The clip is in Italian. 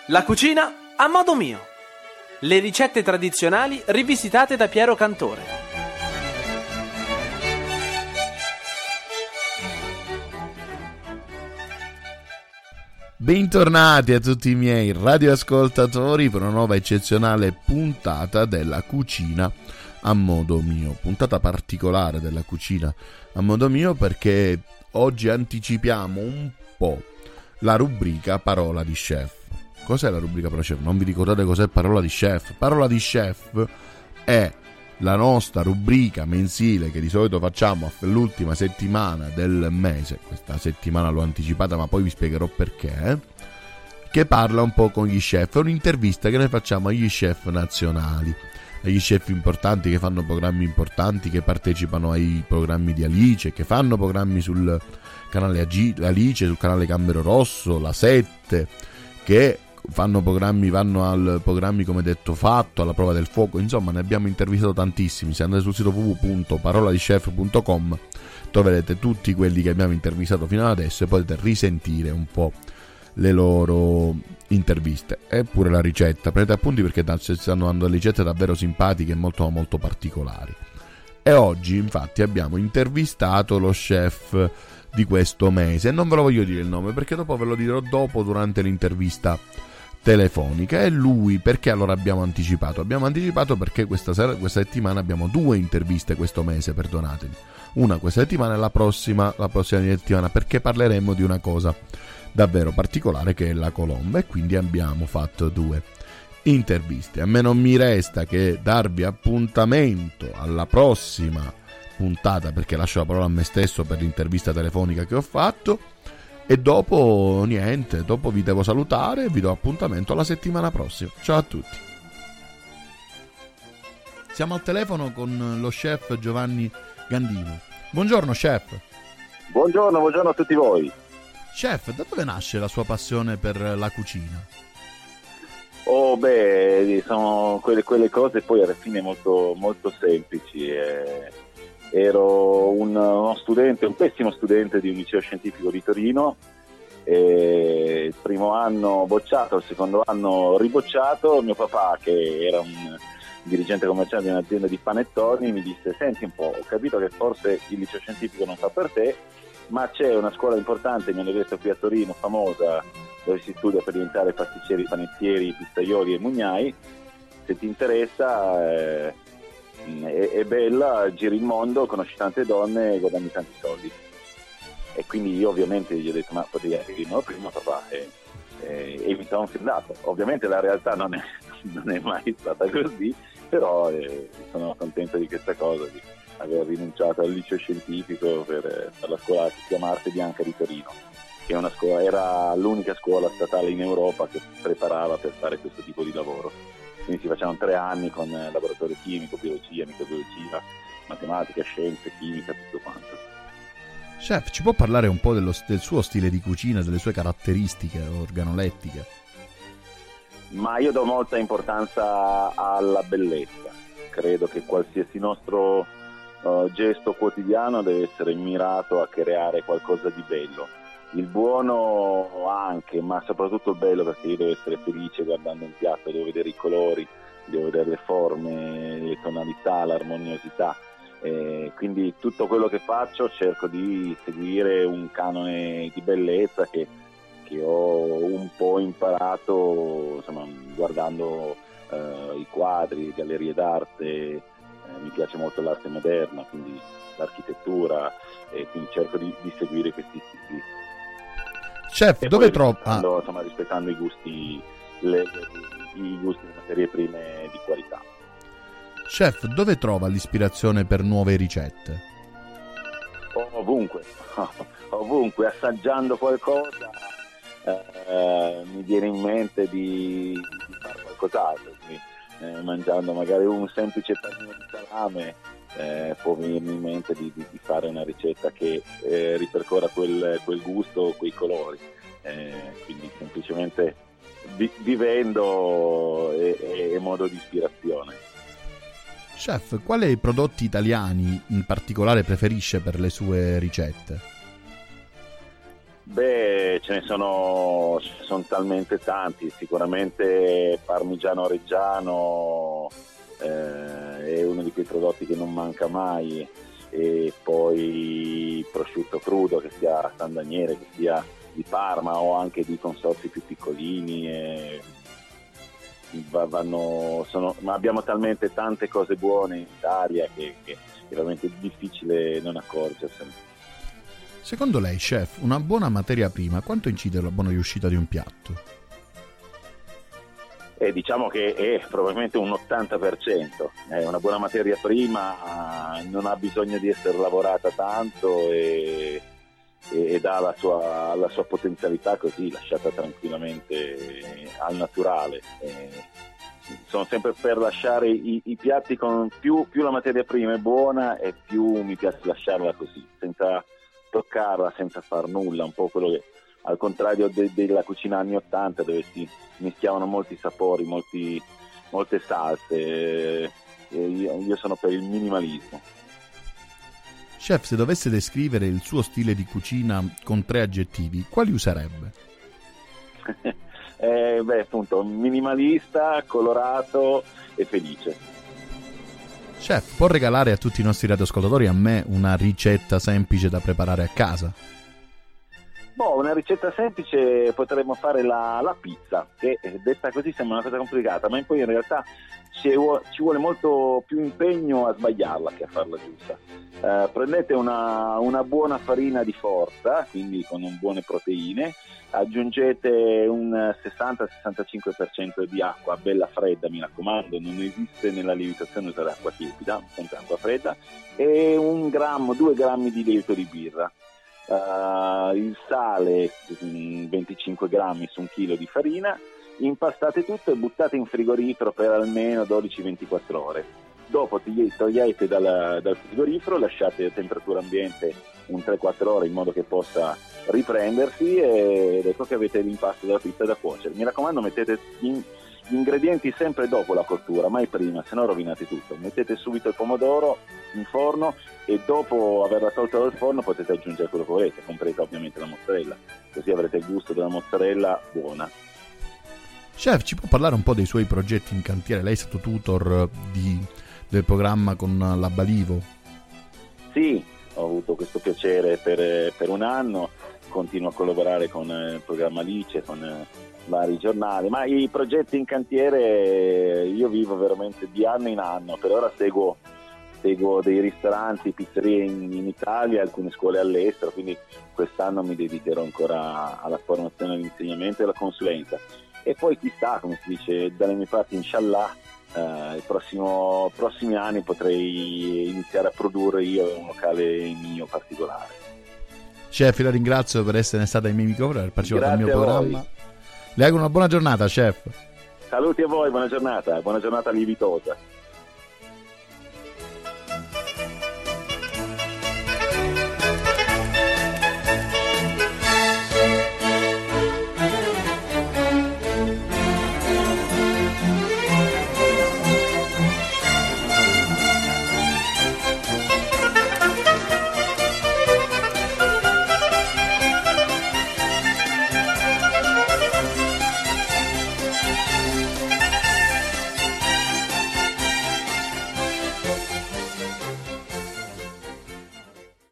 La cucina a modo mio. Le ricette tradizionali rivisitate da Piero Cantore. Bentornati a tutti i miei radioascoltatori per una nuova eccezionale puntata della cucina a modo mio. Puntata particolare della cucina a modo mio perché oggi anticipiamo un po' la rubrica Parola di Chef. Cos'è la rubrica Parola di Chef? Non vi ricordate cos'è Parola di Chef? Parola di Chef è la nostra rubrica mensile che di solito facciamo l'ultima settimana del mese. Questa settimana l'ho anticipata, ma poi vi spiegherò perché. Che parla un po' con gli chef. È un'intervista che noi facciamo agli chef nazionali, agli chef importanti che fanno programmi importanti, che partecipano ai programmi di Alice, che fanno programmi sul canale Alice, sul canale Gambero Rosso, la 7, che fanno programmi, vanno al programmi come detto Fatto, alla Prova del Fuoco. Insomma, ne abbiamo intervistato tantissimi. Se andate sul sito www.paroladishef.com troverete tutti quelli che abbiamo intervistato fino ad adesso e potete risentire un po' le loro interviste e pure la ricetta. Prendete appunti perché stanno dando delle ricette davvero simpatiche e molto molto particolari. E oggi infatti abbiamo intervistato lo chef di questo mese. Non ve lo voglio dire il nome perché dopo ve lo dirò durante l'intervista telefonica. E lui, perché allora abbiamo anticipato? Abbiamo anticipato perché questa settimana abbiamo due interviste questo mese, perdonatemi. Una questa settimana e la prossima settimana, perché parleremo di una cosa davvero particolare che è la colomba, e quindi abbiamo fatto due interviste. A me non mi resta che darvi appuntamento alla prossima puntata, perché lascio la parola a me stesso per l'intervista telefonica che ho fatto. E dopo niente, dopo vi devo salutare e vi do appuntamento alla settimana prossima. Ciao a tutti. Siamo al telefono con lo chef Giovanni Gandino. Buongiorno chef. Buongiorno a tutti voi. Chef, da dove nasce la sua passione per la cucina? Sono quelle cose poi alla fine molto, molto semplici. Ero un pessimo studente di un liceo scientifico di Torino, il primo anno bocciato, il secondo anno ribocciato. Mio papà, che era un dirigente commerciale di un'azienda di panettoni, mi disse: senti un po', ho capito che forse il liceo scientifico non fa per te, ma c'è una scuola importante, mi hanno detto, qui a Torino, famosa, dove si studia per diventare pasticceri, panettieri, pizzaioli e mugnai. Se ti interessa, è bella, giri il mondo, conosci tante donne e guadagni tanti soldi. E quindi io ovviamente gli ho detto: ma potevi dirmelo prima, papà, e mi sono fidato. Ovviamente la realtà non è mai stata così, però sono contento di questa cosa, di aver rinunciato al liceo scientifico per la scuola che si chiama Arte Bianca di Torino, che è una scuola, era l'unica scuola statale in Europa che preparava per fare questo tipo di lavoro. Quindi si facevano 3 anni con laboratorio chimico, biologia, microbiologia, matematica, scienze, chimica, tutto quanto. Chef, ci può parlare un po' del suo stile di cucina, delle sue caratteristiche organolettiche? Ma io do molta importanza alla bellezza. Credo che qualsiasi nostro gesto quotidiano deve essere mirato a creare qualcosa di bello. Il buono anche, ma soprattutto il bello, perché io devo essere felice guardando un piatto, devo vedere i colori, devo vedere le forme, le tonalità, l'armoniosità. Quindi tutto quello che faccio cerco di seguire un canone di bellezza che ho un po' imparato, insomma, guardando i quadri, gallerie d'arte. Mi piace molto l'arte moderna, quindi l'architettura, e quindi cerco di seguire questi stili. Chef, e dove trova? Insomma, rispettando i gusti di materie prime di qualità. Chef, dove trova l'ispirazione per nuove ricette? Ovunque, assaggiando qualcosa mi viene in mente di fare qualcos'altro. Quindi, mangiando magari un semplice panino di salame, può venirmi in mente di fare una ricetta che ripercorra quel gusto, quei colori, quindi semplicemente vivendo è modo di ispirazione. Chef, quali prodotti italiani in particolare preferisce per le sue ricette? Beh, ce ne sono talmente tanti, sicuramente parmigiano reggiano è uno di quei prodotti che non manca mai, e poi prosciutto crudo, che sia San Daniele, che sia di Parma o anche di consorzi più piccolini, ma abbiamo talmente tante cose buone in Italia che è veramente difficile non accorgersene. Secondo lei, chef, una buona materia prima quanto incide sulla buona riuscita di un piatto? Diciamo che è probabilmente un 80%. Una buona materia prima non ha bisogno di essere lavorata tanto e dà la sua potenzialità così, lasciata tranquillamente al naturale. Sono sempre per lasciare i piatti con più la materia prima è buona e più mi piace lasciarla così, senza toccarla, senza far nulla, un po' quello che al contrario della cucina anni 80, dove si mischiavano molti sapori, molte salse. Io sono per il minimalismo. Chef, se dovesse descrivere il suo stile di cucina con 3 aggettivi, quali userebbe? Appunto, minimalista, colorato e felice. Chef, può regalare a tutti i nostri radioascoltatori, a me, una ricetta semplice da preparare a casa? Una ricetta semplice, potremmo fare la pizza, che detta così sembra una cosa complicata, ma poi in realtà ci vuole molto più impegno a sbagliarla che a farla giusta. Prendete una buona farina di forza, quindi con buone proteine, aggiungete un 60-65% di acqua bella fredda, mi raccomando, non esiste nella lievitazione usare acqua tiepida, sempre acqua fredda, e 2 grammi di lievito di birra. Il sale, 25 grammi su 1 chilo di farina, impastate tutto e buttate in frigorifero per almeno 12-24 ore. Dopo togliete dal frigorifero, lasciate a temperatura ambiente un 3-4 ore in modo che possa riprendersi, ed ecco che avete l'impasto della pizza da cuocere. Mi raccomando, mettete gli ingredienti sempre dopo la cottura, mai prima, se no rovinate tutto. Mettete subito il pomodoro in forno e dopo averla tolta dal forno potete aggiungere quello che volete, compresa ovviamente la mozzarella, così avrete il gusto della mozzarella buona. Chef, ci può parlare un po' dei suoi progetti in cantiere? Lei è stato tutor del programma con la Balivo? Sì, ho avuto questo piacere per un anno, continuo a collaborare con il programma Alice, con vari giornali, ma i progetti in cantiere io vivo veramente di anno in anno. Per ora seguo dei ristoranti, pizzerie in Italia, alcune scuole all'estero, quindi quest'anno mi dedicherò ancora alla formazione, all'insegnamento e alla consulenza. E poi chissà, come si dice dalle mie parti, inshallah, i prossimi anni potrei iniziare a produrre io un locale mio particolare. Chef, la ringrazio per essere stata ai miei microfoni, per partecipare al mio programma. Voi. Le auguro una buona giornata, chef. Saluti a voi, buona giornata lievitosa.